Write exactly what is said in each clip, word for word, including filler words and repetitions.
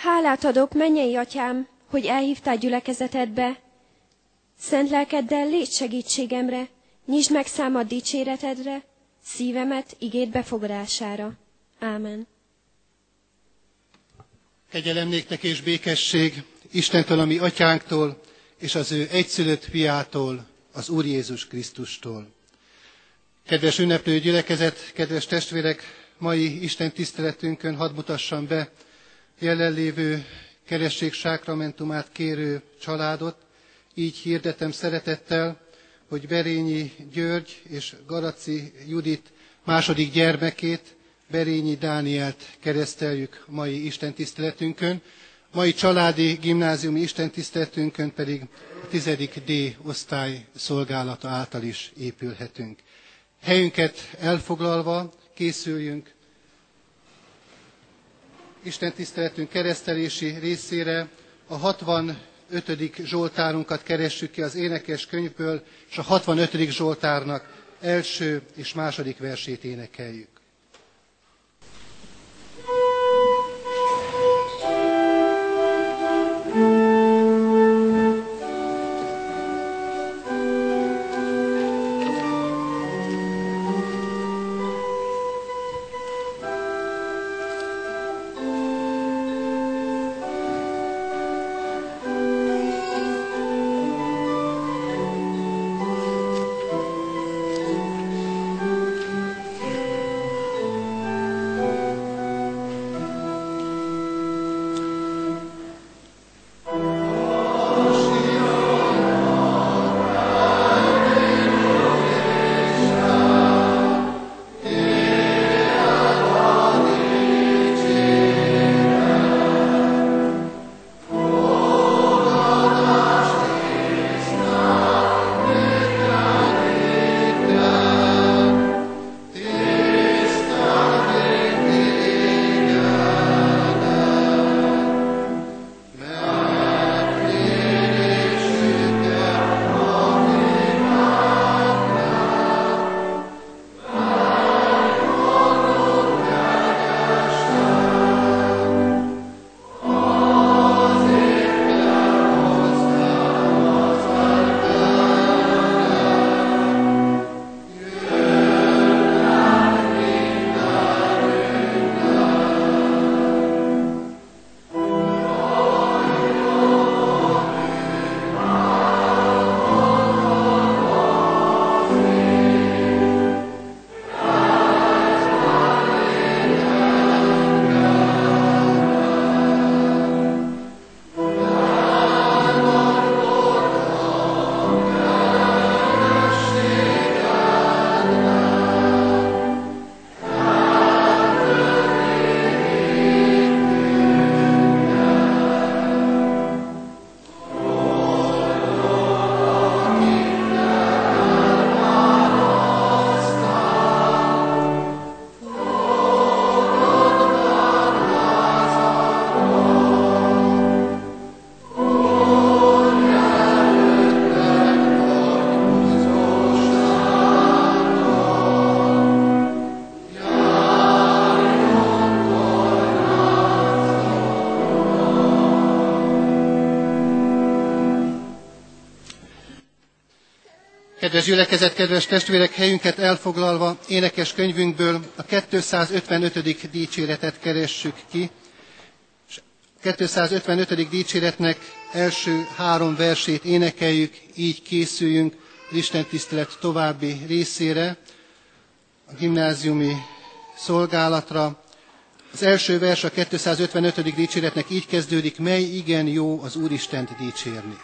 Hálát adok, mennyei atyám, hogy elhívtál gyülekezetedbe. Szent lelkeddel légy segítségemre, nyisd meg számad dicséretedre, szívemet igéd befogadására. Ámen. Kegyelem néktek és békesség Istentől, a mi atyánktól, és az ő egyszülött fiától, az Úr Jézus Krisztustól. Kedves ünneplő gyülekezet, kedves testvérek, mai Isten tiszteletünkön hadd mutassam be jelenlévő keresztség sákramentumát kérő családot. Így hirdetem szeretettel, hogy Berényi György és Garaci Judit második gyermekét, Berényi Dánielt kereszteljük mai istentiszteletünkön. Mai családi gimnáziumi istentiszteletünkön pedig a tizedik D osztály szolgálata által is épülhetünk. Helyünket elfoglalva készüljünk istentiszteletünk keresztelési részére. A hatvanötödik zsoltárunkat keressük ki az énekes könyvből, és a hatvanötödik zsoltárnak első és második versét énekeljük. Kedves gyülekezet, kedves testvérek, helyünket elfoglalva énekes könyvünkből a kétszázötvenötödik dicséretet keressük ki. A kétszázötvenötödik dicséretnek első három versét énekeljük, így készüljünk az istentisztelet további részére, a gimnáziumi szolgálatra. Az első vers a kétszázötvenötödik dicséretnek így kezdődik: mely igen jó az Úristent dicsérni.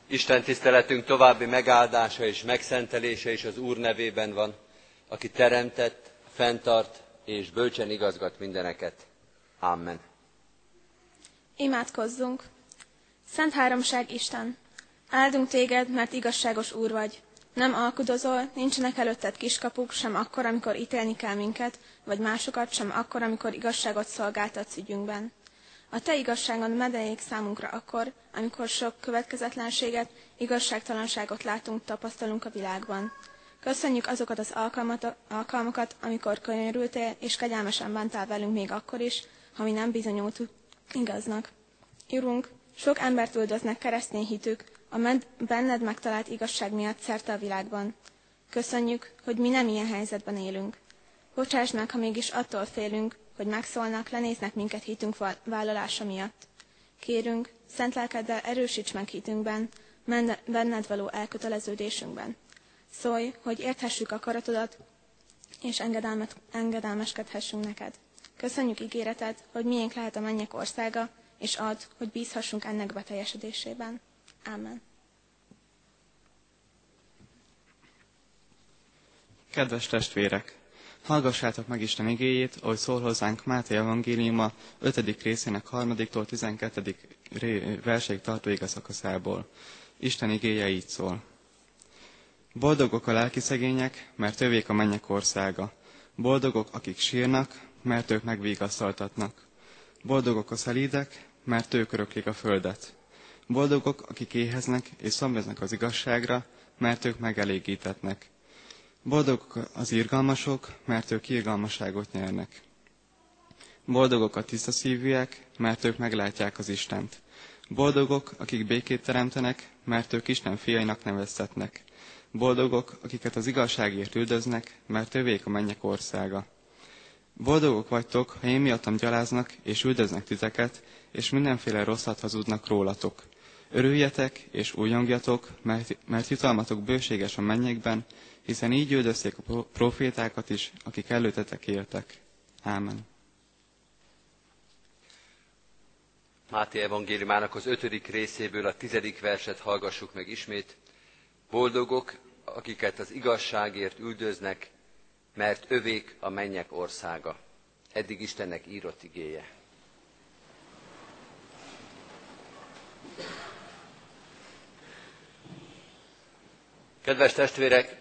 Isten tiszteletünk további megáldása és megszentelése is az Úr nevében van, aki teremtett, fenntart és bölcsen igazgat mindeneket. Amen. Imádkozzunk! Szent Háromság Isten, áldunk téged, mert igazságos Úr vagy. Nem alkudozol, nincsenek előtted kiskapuk, sem akkor, amikor ítélni kell minket, vagy másokat, sem akkor, amikor igazságot szolgáltatsz ügyünkben. A te igazságod medeljék számunkra akkor, amikor sok következetlenséget, igazságtalanságot látunk, tapasztalunk a világban. Köszönjük azokat az alkalmakat, amikor könyörültél, és kegyelmesen bántál velünk még akkor is, ha mi nem bizonyultunk igaznak. Urunk, sok embert üldöznek keresztény hitük, a benned megtalált igazság miatt szerte a világban. Köszönjük, hogy mi nem ilyen helyzetben élünk. Bocsáss meg, ha mégis attól félünk, hogy megszólnak, lenéznek minket hitünk vállalása miatt. Kérünk, szent lelkeddel erősíts meg hitünkben, benned való elköteleződésünkben. Szólj, hogy érthessük akaratodat, és engedelmet, engedelmeskedhessünk neked. Köszönjük ígéreted, hogy miénk lehet a mennyek országa, és add, hogy bízhassunk ennek beteljesedésében. Amen. Kedves testvérek! Hallgassátok meg Isten igéjét, ahogy szól hozzánk Máté evangéliuma ötödik részének harmadiktól tizenkettedik verseig tartó igeszakaszából. Isten igéje így szól. Boldogok a lelki szegények, mert övék a mennyek országa. Boldogok, akik sírnak, mert ők megvigasztaltatnak. Boldogok a szelídek, mert ők öröklik a földet. Boldogok, akik éheznek és szomjaznak az igazságra, mert ők megelégítetnek. Boldogok az irgalmasok, mert ők irgalmasságot nyernek. Boldogok a tiszta szívűek, mert ők meglátják az Istent. Boldogok, akik békét teremtenek, mert ők Isten fiainak neveztetnek. Boldogok, akiket az igazságért üldöznek, mert övék a mennyek országa. Boldogok vagytok, ha én miattam gyaláznak és üldöznek titeket, és mindenféle rosszat hazudnak rólatok. Örüljetek és újjongjatok, mert, mert jutalmatok bőséges a mennyekben, hiszen így üldözték a profétákat is, akik előtetek éltek. Ámen. Máté evangéliumának az ötödik részéből a tizedik verset hallgassuk meg ismét. Boldogok, akiket az igazságért üldöznek, mert övék a mennyek országa. Eddig Istennek írott igéje. Kedves testvérek,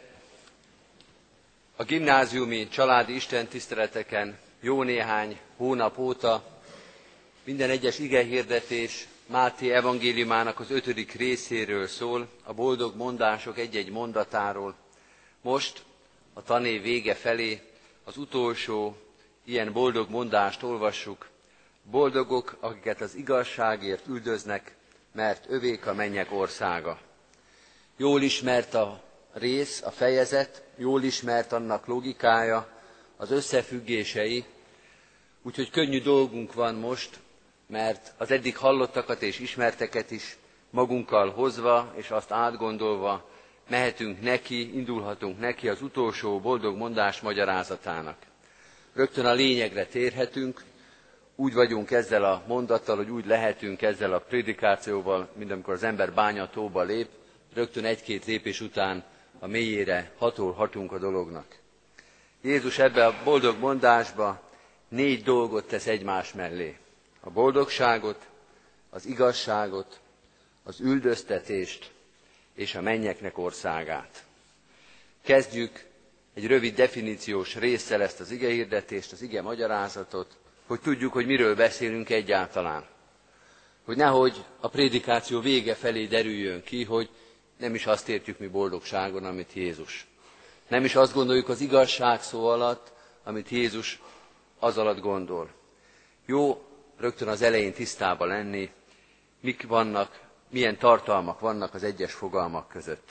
a gimnáziumi családi istentiszteleteken jó néhány hónap óta minden egyes igehirdetés Máté evangéliumának az ötödik részéről szól, a boldog mondások egy-egy mondatáról. Most, a tanév vége felé az utolsó ilyen boldog mondást olvassuk. Boldogok, akiket az igazságért üldöznek, mert övék a mennyek országa. Jól ismert a rész, a fejezet, jól ismert annak logikája, az összefüggései, úgyhogy könnyű dolgunk van most, mert az eddig hallottakat és ismerteket is magunkkal hozva és azt átgondolva mehetünk neki, indulhatunk neki az utolsó boldog mondás magyarázatának. Rögtön a lényegre térhetünk, úgy vagyunk ezzel a mondattal, hogy úgy lehetünk ezzel a prédikációval, mint amikor az ember bányatóba lép, rögtön egy-két lépés után a mélyére hatolhatunk a dolognak. Jézus ebbe a boldog mondásba négy dolgot tesz egymás mellé. A boldogságot, az igazságot, az üldöztetést és a mennyeknek országát. Kezdjük egy rövid definíciós résszel ezt az igehirdetést, az ige magyarázatot, hogy tudjuk, hogy miről beszélünk egyáltalán. Hogy nehogy a prédikáció vége felé derüljön ki, hogy nem is azt értjük mi boldogságon, amit Jézus. Nem is azt gondoljuk az igazság szó alatt, amit Jézus az alatt gondol. Jó rögtön az elején tisztába lenni, mik vannak, milyen tartalmak vannak az egyes fogalmak között.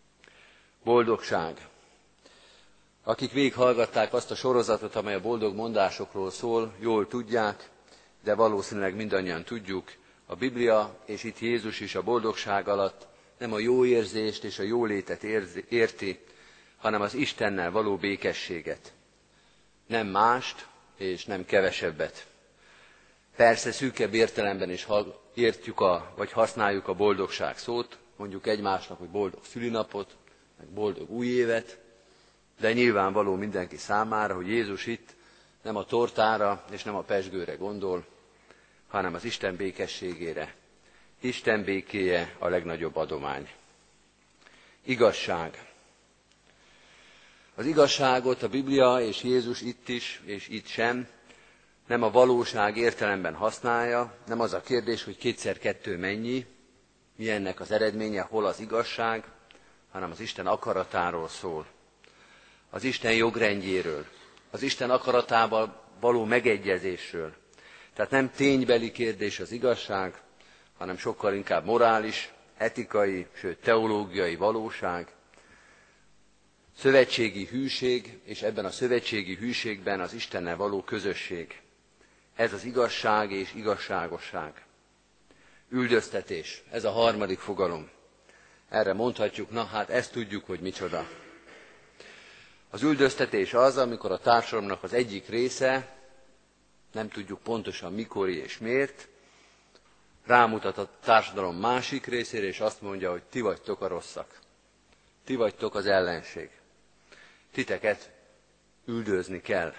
Boldogság. Akik végighallgatták azt a sorozatot, amely a boldog mondásokról szól, jól tudják, de valószínűleg mindannyian tudjuk, a Biblia és itt Jézus is a boldogság alatt nem a jó érzést és a jólétet érti, hanem az Istennel való békességet. Nem mást és nem kevesebbet. Persze szűkebb értelemben is értjük, a, vagy használjuk a boldogság szót, mondjuk egymásnak, hogy boldog szülinapot, meg boldog új évet, de nyilvánvaló mindenki számára, hogy Jézus itt nem a tortára és nem a pezsgőre gondol, hanem az Isten békességére. Isten békéje a legnagyobb adomány. Igazság. Az igazságot a Biblia és Jézus itt is, és itt sem, nem a valóság értelemben használja, nem az a kérdés, hogy kétszer kettő mennyi, mi ennek az eredménye, hol az igazság, hanem az Isten akaratáról szól. Az Isten jogrendjéről, az Isten akaratával való megegyezésről. Tehát nem ténybeli kérdés az igazság, hanem sokkal inkább morális, etikai, sőt teológiai valóság, szövetségi hűség, és ebben a szövetségi hűségben az Istennel való közösség. Ez az igazság és igazságosság. Üldöztetés, ez a harmadik fogalom. Erre mondhatjuk, na hát ezt tudjuk, hogy micsoda. Az üldöztetés az, amikor a társadalomnak az egyik része, nem tudjuk pontosan mikor és miért, rámutat a társadalom másik részére, és azt mondja, hogy ti vagytok a rosszak. Ti vagytok az ellenség. Titeket üldözni kell.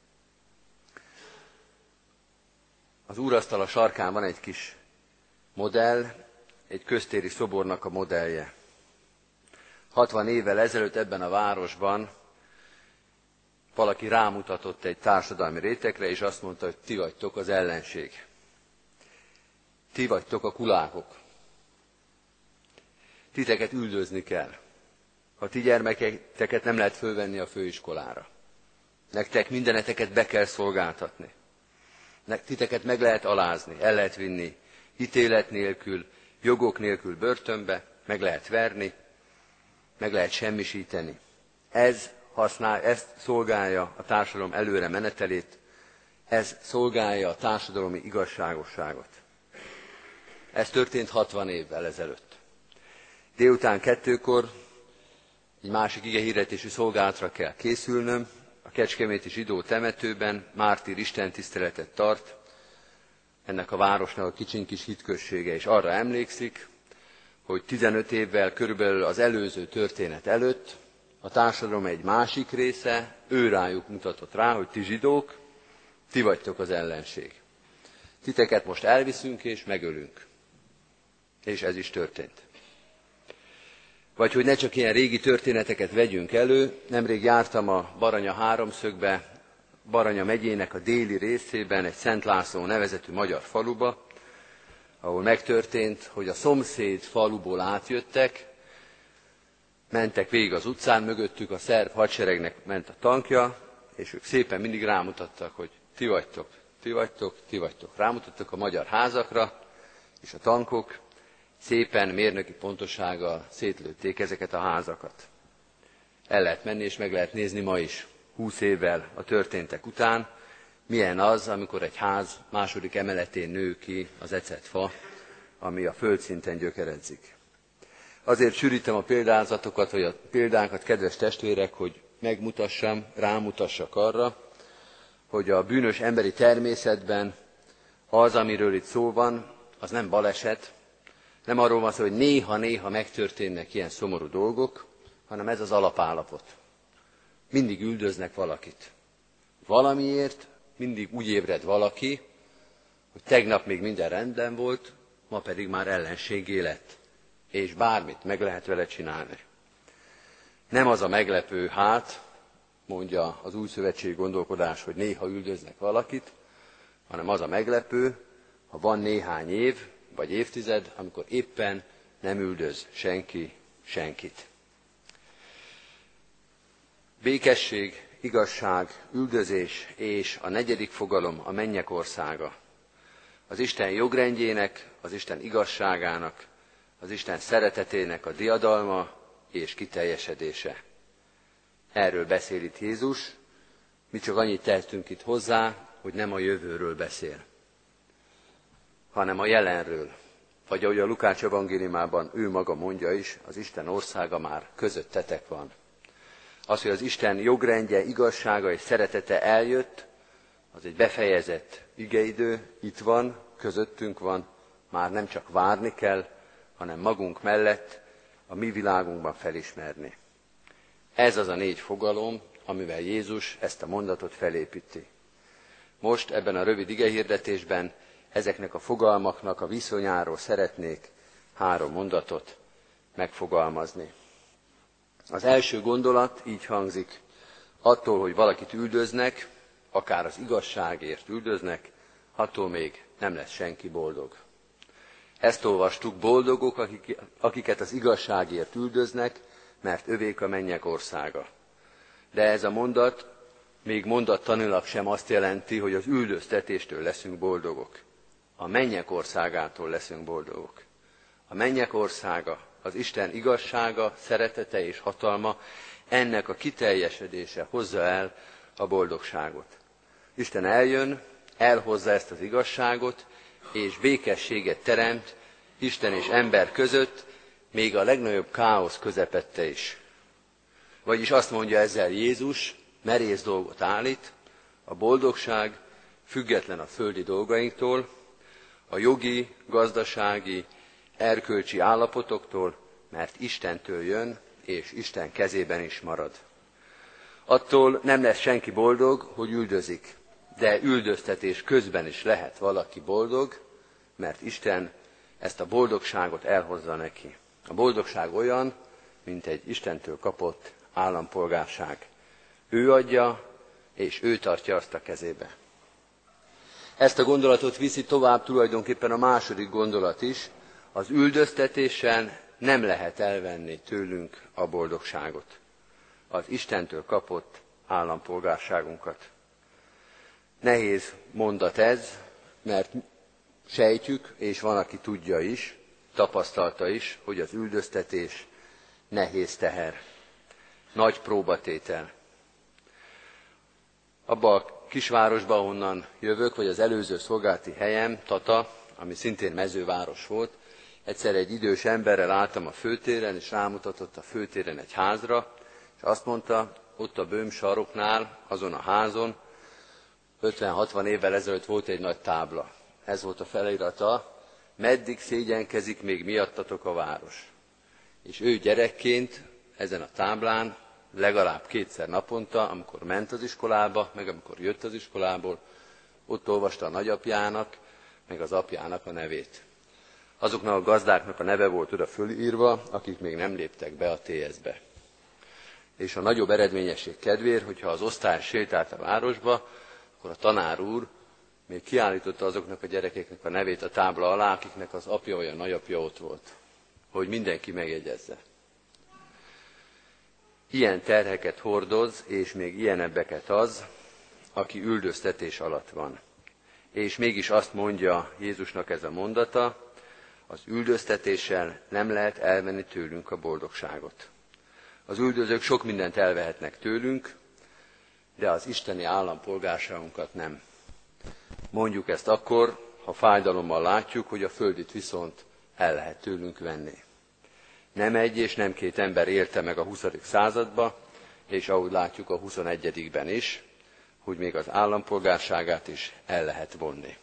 Az úrasztala sarkán van egy kis modell, egy köztéri szobornak a modellje. hatvan évvel ezelőtt ebben a városban valaki rámutatott egy társadalmi rétegre, és azt mondta, hogy ti vagytok az ellenség. Ti vagytok a kulákok. Titeket üldözni kell. A ti gyermeketeket nem lehet fölvenni a főiskolára. Nektek mindeneteket be kell szolgáltatni. Titeket meg lehet alázni, el lehet vinni ítélet nélkül, jogok nélkül börtönbe, meg lehet verni, meg lehet semmisíteni. Ez használ, ezt szolgálja a társadalom előre menetelét, ez szolgálja a társadalmi igazságosságot. Ez történt hatvan évvel ezelőtt. Délután kettőkor egy másik igehirdetésű szolgálatra kell készülnöm, a kecskeméti zsidó temetőben mártír istentiszteletet tart, ennek a városnak a kicsin kis hitközsége, és arra emlékszik, hogy tizenöt évvel körülbelül az előző történet előtt a társadalom egy másik része, ő rájuk mutatott rá, hogy ti zsidók, ti vagytok az ellenség. Titeket most elviszünk és megölünk. És ez is történt. Vagy hogy ne csak ilyen régi történeteket vegyünk elő, nemrég jártam a Baranya háromszögbe, Baranya megyének a déli részében, egy Szent László nevezetű magyar faluba, ahol megtörtént, hogy a szomszéd faluból átjöttek, mentek végig az utcán, mögöttük a szerb hadseregnek ment a tankja, és ők szépen mindig rámutattak, hogy ti vagytok, ti vagytok, ti vagytok. Rámutattak a magyar házakra, és a tankok szépen mérnöki pontossággal szétlőtték ezeket a házakat. El lehet menni, és meg lehet nézni ma is, húsz évvel a történtek után, milyen az, amikor egy ház második emeletén nő ki az ecetfa, ami a földszinten gyökeredzik. Azért sűrítem a példázatokat, vagy a példánkat, kedves testvérek, hogy megmutassam, rámutassak arra, hogy a bűnös emberi természetben az, amiről itt szó van, az nem baleset, nem arról van szó, hogy néha-néha megtörténnek ilyen szomorú dolgok, hanem ez az alapállapot. Mindig üldöznek valakit. Valamiért mindig úgy ébred valaki, hogy tegnap még minden rendben volt, ma pedig már ellenségé lett, és bármit meg lehet vele csinálni. Nem az a meglepő, hát, mondja az új szövetségi gondolkodás, hogy néha üldöznek valakit, hanem az a meglepő, ha van néhány év, vagy évtized, amikor éppen nem üldöz senki senkit. Békesség, igazság, üldözés és a negyedik fogalom a mennyek országa. Az Isten jogrendjének, az Isten igazságának, az Isten szeretetének a diadalma és kiteljesedése. Erről beszél itt Jézus, mi csak annyit tehetünk itt hozzá, hogy nem a jövőről beszél, hanem a jelenről. Vagy ahogy a Lukács evangéliumában ő maga mondja is, az Isten országa már közöttetek van. Az, hogy az Isten jogrendje, igazsága és szeretete eljött, az egy befejezett igeidő, itt van, közöttünk van, már nem csak várni kell, hanem magunk mellett, a mi világunkban felismerni. Ez az a négy fogalom, amivel Jézus ezt a mondatot felépíti. Most ebben a rövid igehirdetésben ezeknek a fogalmaknak a viszonyáról szeretnék három mondatot megfogalmazni. Az első gondolat így hangzik: attól, hogy valakit üldöznek, akár az igazságért üldöznek, attól még nem lesz senki boldog. Ezt olvastuk, boldogok, akik, akiket az igazságért üldöznek, mert övék a mennyek országa. De ez a mondat még mondattanilag sem azt jelenti, hogy az üldöztetéstől leszünk boldogok. A mennyek országától leszünk boldogok. A mennyek országa, az Isten igazsága, szeretete és hatalma, ennek a kiteljesedése hozza el a boldogságot. Isten eljön, elhozza ezt az igazságot, és békességet teremt Isten és ember között, még a legnagyobb káosz közepette is. Vagyis azt mondja ezzel Jézus, merész dolgot állít, a boldogság független a földi dolgainktól, a jogi, gazdasági, erkölcsi állapotoktól, mert Istentől jön, és Isten kezében is marad. Attól nem lesz senki boldog, hogy üldözik, de üldöztetés közben is lehet valaki boldog, mert Isten ezt a boldogságot elhozza neki. A boldogság olyan, mint egy Istentől kapott állampolgárság. Ő adja, és ő tartja azt a kezébe. Ezt a gondolatot viszi tovább tulajdonképpen a második gondolat is. Az üldöztetésen nem lehet elvenni tőlünk a boldogságot, az Istentől kapott állampolgárságunkat. Nehéz mondat ez, mert sejtjük, és van, aki tudja is, tapasztalta is, hogy az üldöztetés nehéz teher, nagy próbatétel. Abba a kisvárosba, ahonnan jövök, vagy az előző szolgálati helyem, Tata, ami szintén mezőváros volt, egyszer egy idős emberrel álltam a főtéren, és rámutatott a főtéren egy házra, és azt mondta, ott a böhm saroknál, azon a házon, ötven-hatvan évvel ezelőtt volt egy nagy tábla. Ez volt a felirata: meddig szégyenkezik még miattatok a város. És ő gyerekként ezen a táblán legalább kétszer naponta, amikor ment az iskolába, meg amikor jött az iskolából, ott olvasta a nagyapjának, meg az apjának a nevét. Azoknak a gazdáknak a neve volt oda fölírva, akik még nem léptek be a té es-be. És a nagyobb eredményesség kedvéért, hogyha az osztály sétált a városba, akkor a tanár úr még kiállította azoknak a gyerekeknek a nevét a tábla alá, akiknek az apja vagy a nagyapja ott volt, hogy mindenki megjegyezze. Ilyen terheket hordoz, és még ilyenebbeket az, aki üldöztetés alatt van. És mégis azt mondja Jézusnak ez a mondata: az üldöztetéssel nem lehet elvenni tőlünk a boldogságot. Az üldözők sok mindent elvehetnek tőlünk, de az isteni állampolgárságunkat nem. Mondjuk ezt akkor, ha fájdalommal látjuk, hogy a földit viszont el lehet tőlünk venni. Nem egy és nem két ember élte meg a huszadik századba, és ahogy látjuk a huszonegyedikben is, hogy még az állampolgárságát is el lehet vonni.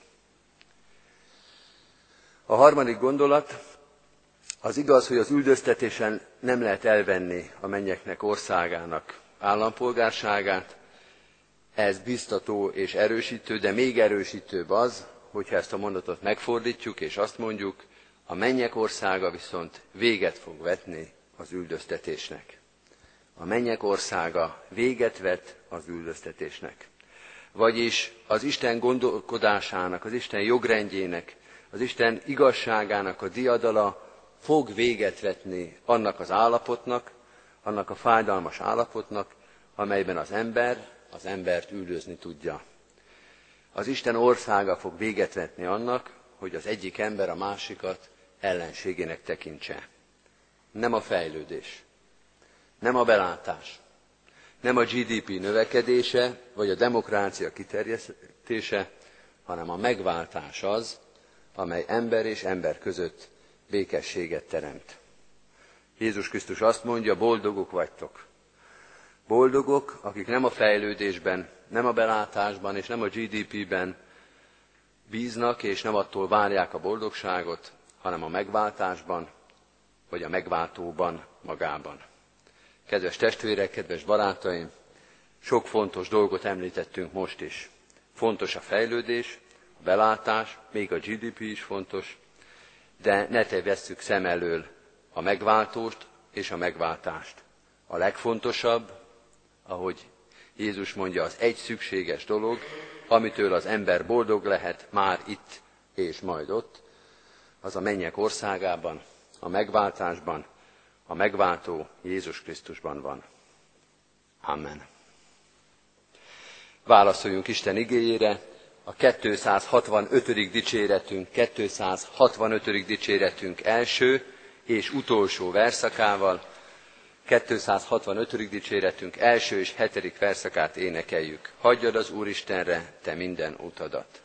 A harmadik gondolat: az igaz, hogy az üldöztetésen nem lehet elvenni a mennyeknek országának állampolgárságát. Ez biztató és erősítő, de még erősítőbb az, hogyha ezt a mondatot megfordítjuk, és azt mondjuk, a mennyek országa viszont véget fog vetni az üldöztetésnek. A mennyek országa véget vet az üldöztetésnek. Vagyis az Isten gondolkodásának, az Isten jogrendjének, az Isten igazságának a diadala fog véget vetni annak az állapotnak, annak a fájdalmas állapotnak, amelyben az ember az embert üldözni tudja. Az Isten országa fog véget vetni annak, hogy az egyik ember a másikat ellenségének tekintse. Nem a fejlődés, nem a belátás, nem a gé dé pé növekedése, vagy a demokrácia kiterjesztése, hanem a megváltás az, amely ember és ember között békességet teremt. Jézus Krisztus azt mondja, boldogok vagytok. Boldogok, akik nem a fejlődésben, nem a belátásban és nem a gé dé pében bíznak, és nem attól várják a boldogságot, hanem a megváltásban, vagy a megváltóban magában. Kedves testvérek, kedves barátaim, sok fontos dolgot említettünk most is. Fontos a fejlődés, a belátás, még a gé dé pé is fontos, de ne tévesszük szem elől a megváltóst és a megváltást. A legfontosabb, ahogy Jézus mondja, az egy szükséges dolog, amitől az ember boldog lehet már itt és majd ott, az a mennyek országában, a megváltásban, a megváltó Jézus Krisztusban van. Amen. Válaszoljunk Isten igéjére, a kétszázhatvanötödik dicséretünk, kétszázhatvanötödik dicséretünk első és utolsó verszakával, kétszázhatvanötödik dicséretünk első és hetedik verszakát énekeljük. Hagyjad az Úristenre te minden utadat.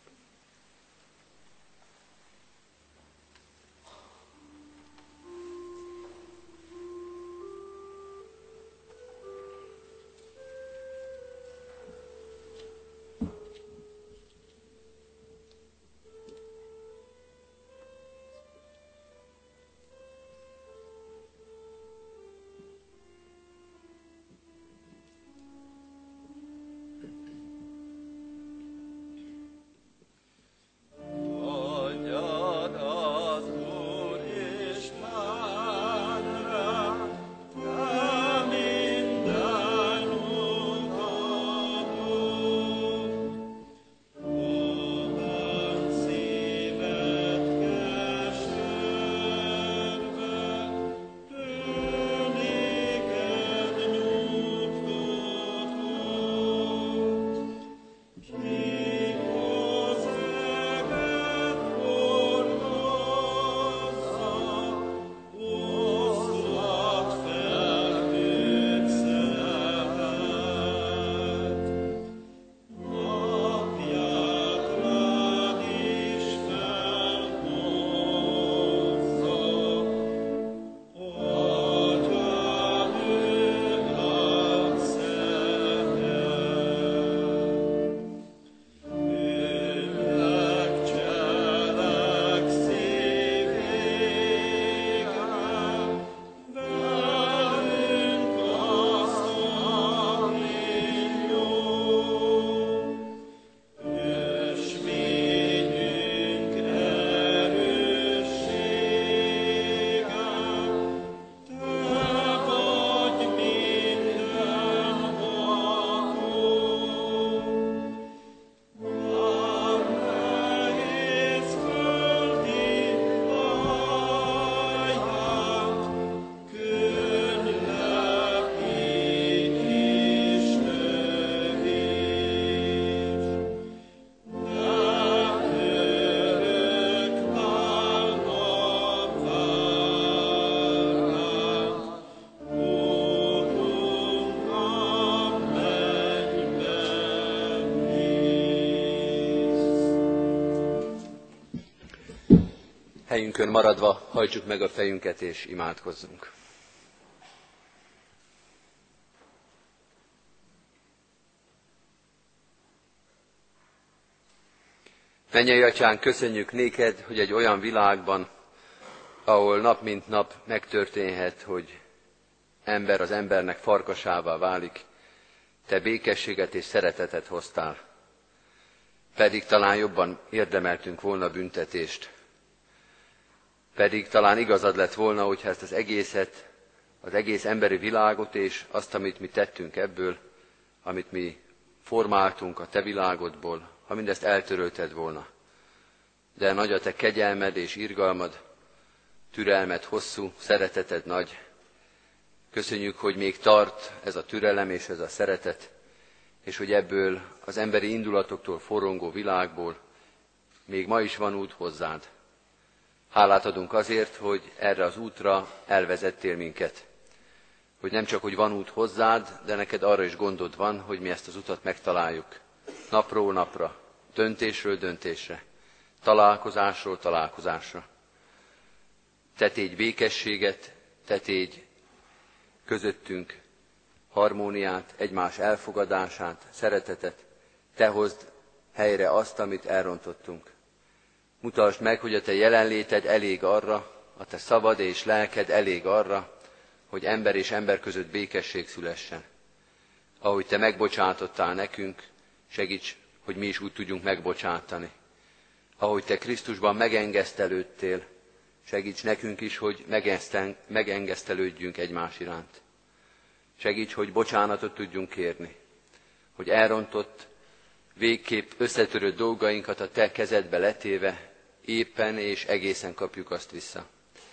Helyünkön maradva hajtsuk meg a fejünket és imádkozzunk. Mennyei Atyánk, köszönjük néked, hogy egy olyan világban, ahol nap mint nap megtörténhet, hogy ember az embernek farkasává válik, te békességet és szeretetet hoztál. Pedig talán jobban érdemeltünk volna büntetést. Pedig talán igazad lett volna, hogyha ezt az egészet, az egész emberi világot és azt, amit mi tettünk ebből, amit mi formáltunk a te világodból, ha mindezt eltörölted volna. De nagy a te kegyelmed és irgalmad, türelmed hosszú, szereteted nagy. Köszönjük, hogy még tart ez a türelem és ez a szeretet, és hogy ebből az emberi indulatoktól forrongó világból még ma is van út hozzád. Hálát adunk azért, hogy erre az útra elvezettél minket. Hogy nem csak, hogy van út hozzád, de neked arra is gondod van, hogy mi ezt az utat megtaláljuk. Napról napra, döntésről döntésre, találkozásról találkozásra. Te tégy békességet, te tégy közöttünk harmóniát, egymás elfogadását, szeretetet. Te hozd helyre azt, amit elrontottunk. Mutasd meg, hogy a te jelenléted elég arra, a te szavad és lelked elég arra, hogy ember és ember között békesség szülessen. Ahogy te megbocsátottál nekünk, segíts, hogy mi is úgy tudjunk megbocsátani. Ahogy te Krisztusban megengesztelődtél, segíts nekünk is, hogy megengesztelődjünk egymás iránt. Segíts, hogy bocsánatot tudjunk kérni, hogy elrontott, végképp összetörött dolgainkat a te kezedbe letéve, éppen és egészen kapjuk azt vissza.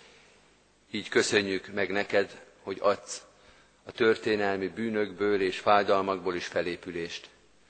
Így köszönjük meg neked, hogy adsz a történelmi bűnökből és fájdalmakból is felépülést.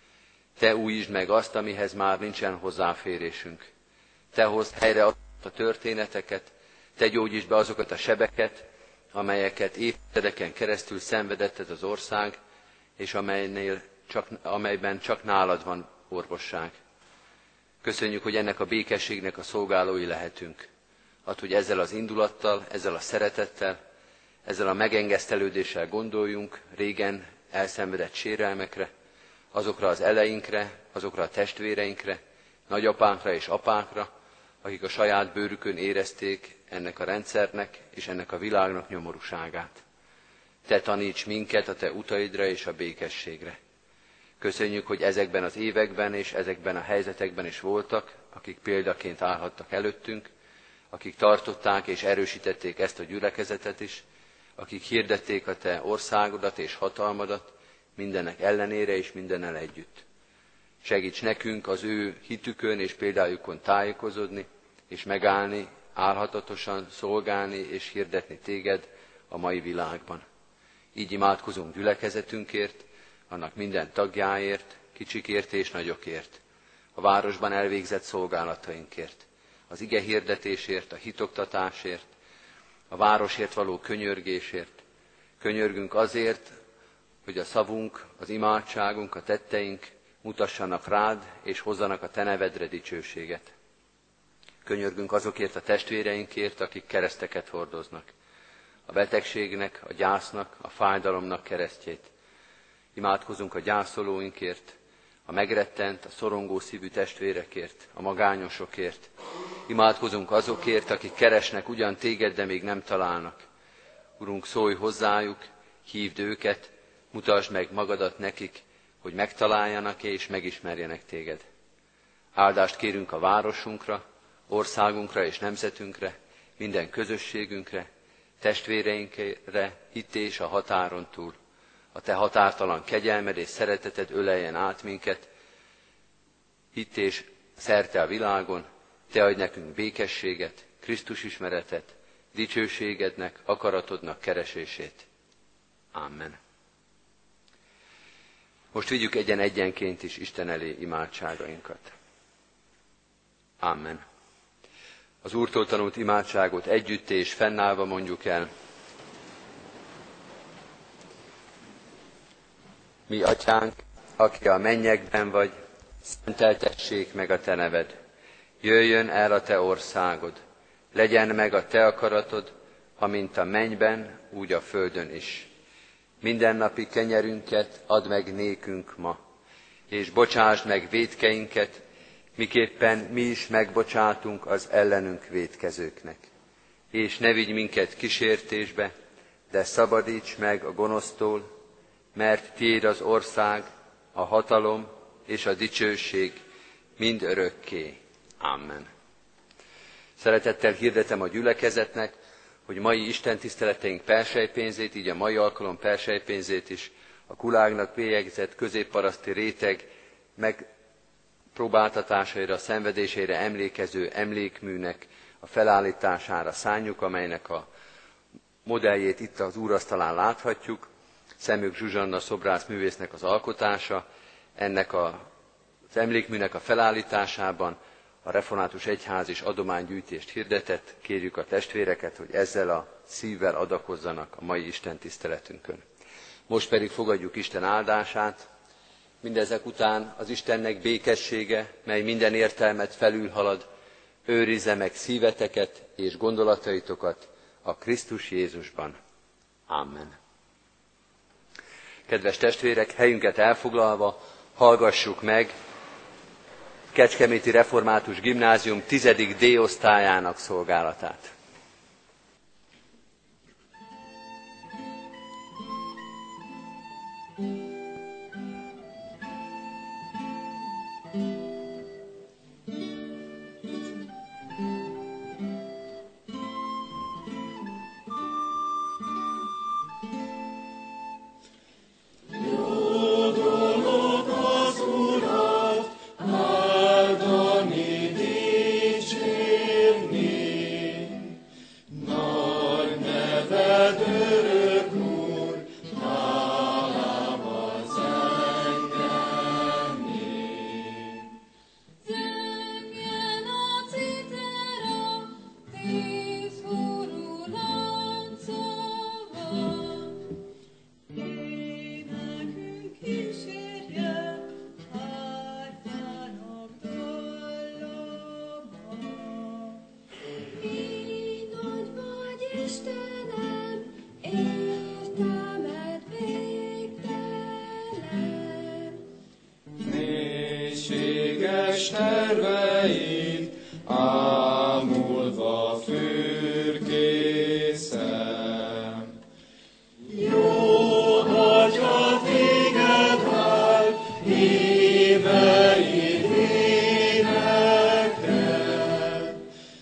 Te újítsd meg azt, amihez már nincsen hozzáférésünk. Te hozd helyre a történeteket, te gyógyítsd be azokat a sebeket, amelyeket évtizedeken keresztül szenvedett ez az ország, és amelynél csak, amelyben csak nálad van orvosság. Köszönjük, hogy ennek a békességnek a szolgálói lehetünk. Add, hogy ezzel az indulattal, ezzel a szeretettel, ezzel a megengesztelődéssel gondoljunk régen elszenvedett sérelmekre, azokra az eleinkre, azokra a testvéreinkre, nagyapánkra és apánkra, akik a saját bőrükön érezték ennek a rendszernek és ennek a világnak nyomorúságát. Te taníts minket a te utaidra és a békességre. Köszönjük, hogy ezekben az években és ezekben a helyzetekben is voltak, akik példaként állhattak előttünk, akik tartották és erősítették ezt a gyülekezetet is, akik hirdették a te országodat és hatalmadat, mindennek ellenére és mindennel együtt. Segíts nekünk az ő hitükön és példájukon tájékozódni, és megállni, álhatatosan szolgálni és hirdetni téged a mai világban. Így imádkozunk gyülekezetünkért, annak minden tagjáért, kicsikért és nagyokért, a városban elvégzett szolgálatainkért, az ige hirdetésért, a hitoktatásért, a városért való könyörgésért. Könyörgünk azért, hogy a szavunk, az imádságunk, a tetteink mutassanak rád, és hozzanak a te nevedre dicsőséget. Könyörgünk azokért a testvéreinkért, akik kereszteket hordoznak, a betegségnek, a gyásznak, a fájdalomnak keresztjét. Imádkozunk a gyászolóinkért, a megrettent, a szorongó szívű testvérekért, a magányosokért. Imádkozunk azokért, akik keresnek ugyan téged, de még nem találnak. Urunk, szólj hozzájuk, hívd őket, mutasd meg magadat nekik, hogy megtaláljanak és megismerjenek téged. Áldást kérünk a városunkra, országunkra és nemzetünkre, minden közösségünkre, testvéreinkre, itt és a határon túl. A te határtalan kegyelmed és szereteted öleljen át minket, itt és szerte a világon, te adj nekünk békességet, Krisztus ismeretet, dicsőségednek, akaratodnak keresését. Amen. Most vigyük egyen-egyenként is Isten elé imádságainkat. Amen. Az Úrtól tanult imádságot együtt és fennállva mondjuk el. Mi atyánk, aki a mennyekben vagy, szenteltessék meg a te neved. Jöjjön el a te országod, legyen meg a te akaratod, amint a mennyben, úgy a földön is. Mindennapi kenyerünket add meg nékünk ma, és bocsásd meg vétkeinket, miképpen mi is megbocsátunk az ellenünk vétkezőknek. És ne vigy minket kísértésbe, de szabadíts meg a gonosztól, mert tiéd az ország, a hatalom és a dicsőség mind örökké. Amen. Szeretettel hirdetem a gyülekezetnek, hogy mai istentiszteleteink persejpénzét, így a mai alkalom persejpénzét is a kulágnak bélyegzett középparaszti réteg megpróbáltatásaira, szenvedésére emlékező emlékműnek a felállítására szánjuk, amelynek a modelljét itt az úrasztalán láthatjuk. Szemük Zsuzsanna szobrász művésznek az alkotása. Ennek a, az emlékműnek a felállításában a Református Egyház is adománygyűjtést hirdetett. Kérjük a testvéreket, hogy ezzel a szívvel adakozzanak a mai Isten tiszteletünkön. Most pedig fogadjuk Isten áldását. Mindezek után az Istennek békessége, mely minden értelmet felülhalad, őrizze meg szíveteket és gondolataitokat a Krisztus Jézusban. Amen. Kedves testvérek, helyünket elfoglalva hallgassuk meg Kecskeméti Református Gimnázium tizedik D osztályának szolgálatát. erejét, ámulva fürkészem. Jó Atya, téged vált, éveid énekel.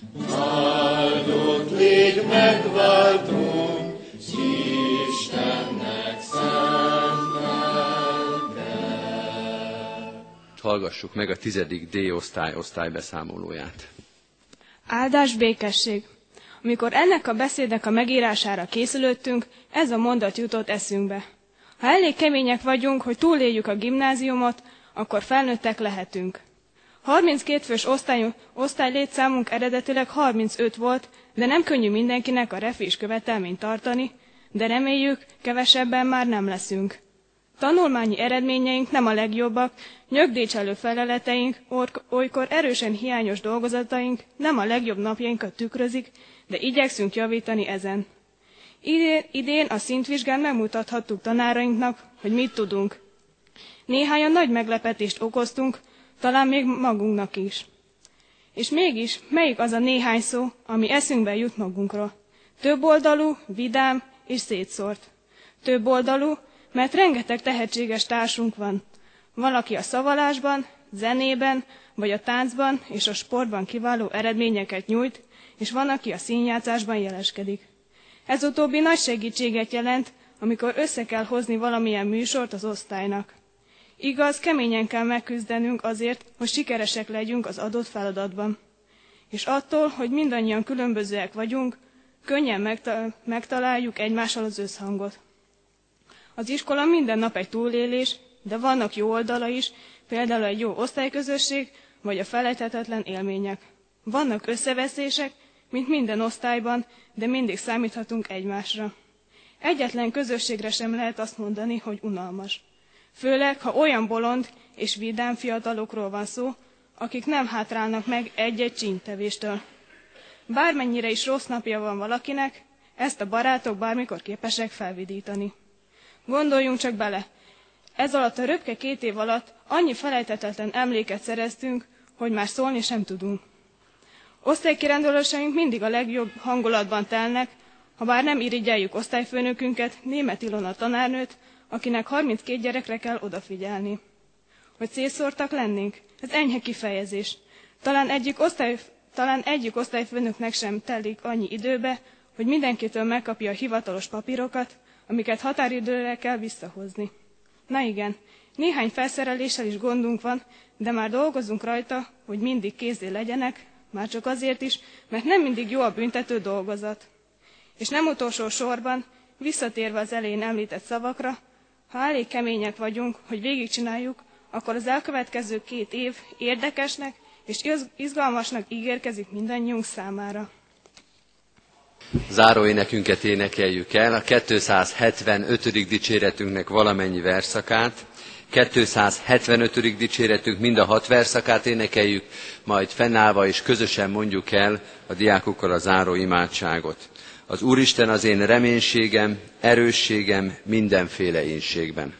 Áldott légy megváltunk, Istennek szent lelke. Hallgassuk meg a tizedik D osztály osztálybeszámolóját. Áldás, békesség. Amikor ennek a beszédnek a megírására készülöttünk, ez a mondat jutott eszünkbe. Ha elég kemények vagyunk, hogy túléljük a gimnáziumot, akkor felnőttek lehetünk. harminckét fős osztály, osztály létszámunk eredetileg harmincöt volt, de nem könnyű mindenkinek a refés követelményt tartani, de reméljük, kevesebben már nem leszünk. Tanulmányi eredményeink nem a legjobbak, nyögdécselő feleleteink, olykor erősen hiányos dolgozataink nem a legjobb napjainkat tükrözik, de igyekszünk javítani ezen. Idén, idén a szintvizsgán megmutathattuk tanárainknak, hogy mit tudunk. Néhányan nagy meglepetést okoztunk, talán még magunknak is. És mégis, melyik az a néhány szó, ami eszünkbe jut magunkról? Többoldalú, vidám és szétszórt. Többoldalú, mert rengeteg tehetséges társunk van. Valaki a szavalásban, zenében, vagy a táncban és a sportban kiváló eredményeket nyújt, és van, aki a színjátszásban jeleskedik. Ez utóbbi nagy segítséget jelent, amikor össze kell hozni valamilyen műsort az osztálynak. Igaz, keményen kell megküzdenünk azért, hogy sikeresek legyünk az adott feladatban. És attól, hogy mindannyian különbözőek vagyunk, könnyen megtaláljuk egymással az összhangot. Az iskola minden nap egy túlélés, de vannak jó oldala is, például egy jó osztályközösség, vagy a felejthetetlen élmények. Vannak összeveszések, mint minden osztályban, de mindig számíthatunk egymásra. Egyetlen közösségre sem lehet azt mondani, hogy unalmas. Főleg, ha olyan bolond és vidám fiatalokról van szó, akik nem hátrálnak meg egy-egy csíntevéstől. Bármennyire is rossz napja van valakinek, ezt a barátok bármikor képesek felvidítani. Gondoljunk csak bele, ez alatt a röpke két év alatt annyi felejthetetlen emléket szereztünk, hogy már szólni sem tudunk. Osztálykirándulósaink mindig a legjobb hangulatban telnek, ha bár nem irigyeljük osztályfőnökünket, Németh Ilona tanárnőt, akinek harminckét gyerekre kell odafigyelni. Hogy szétszórtak lennénk? Ez enyhe kifejezés. Talán egyik, osztály, talán egyik osztályfőnöknek sem telik annyi időbe, hogy mindenkitől megkapja a hivatalos papírokat, amiket határidőre kell visszahozni. Na igen, néhány felszereléssel is gondunk van, de már dolgozunk rajta, hogy mindig kézé legyenek, már csak azért is, mert nem mindig jó a büntető dolgozat. És nem utolsó sorban, visszatérve az elején említett szavakra, ha elég kemények vagyunk, hogy végigcsináljuk, akkor az elkövetkező két év érdekesnek és izgalmasnak ígérkezik mindannyiunk számára. Záróénekünket énekeljük el, a kétszázhetvenötödik dicséretünknek valamennyi versszakát. kétszázhetvenötödik dicséretünk mind a hat versszakát énekeljük, majd fennállva és közösen mondjuk el a diákokkal a záró imádságot. Az Úristen az én reménységem, erősségem mindenféle énségben.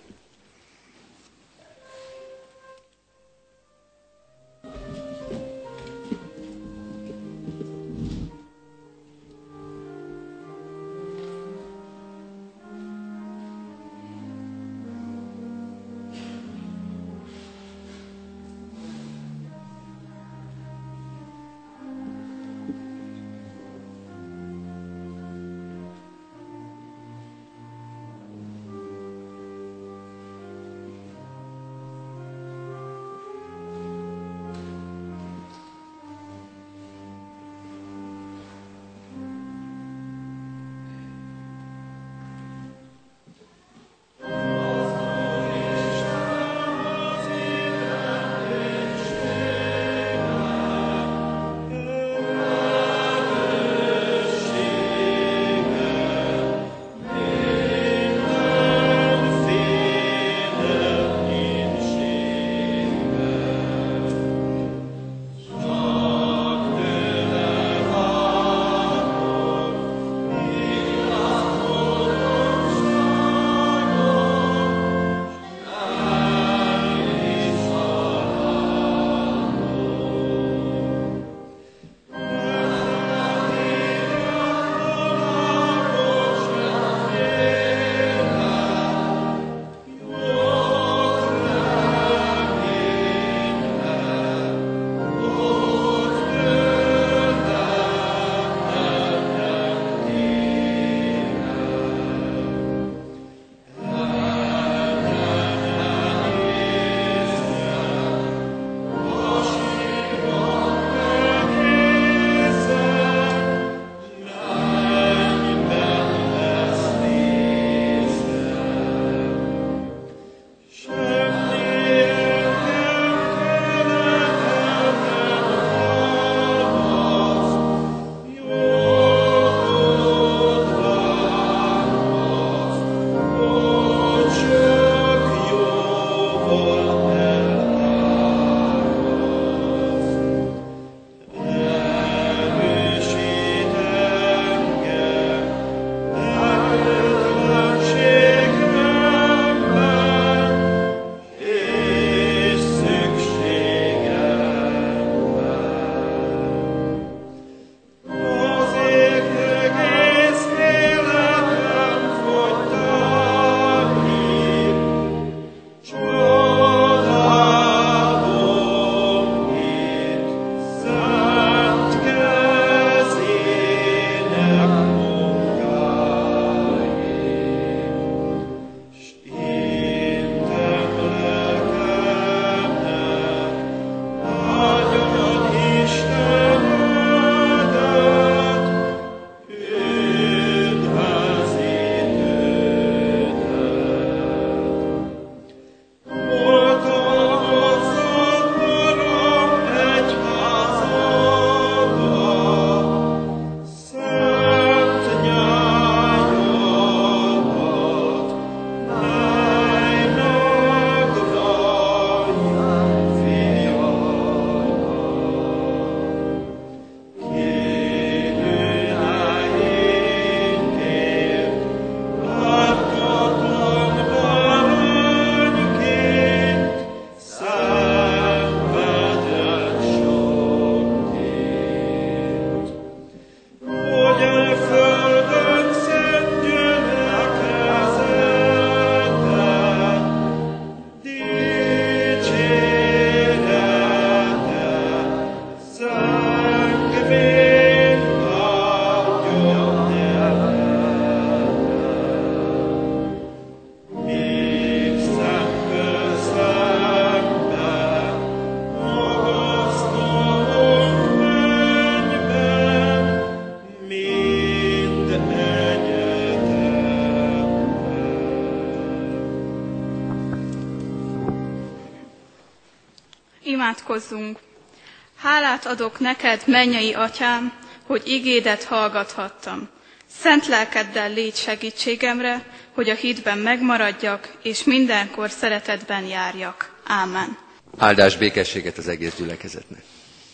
Imádkozzunk! Hálát adok neked, mennyei atyám, hogy igédet hallgathattam. Szent lelkeddel légy segítségemre, hogy a hitben megmaradjak, és mindenkor szeretetben járjak. Ámen. Áldás békességet az egész gyülekezetnek.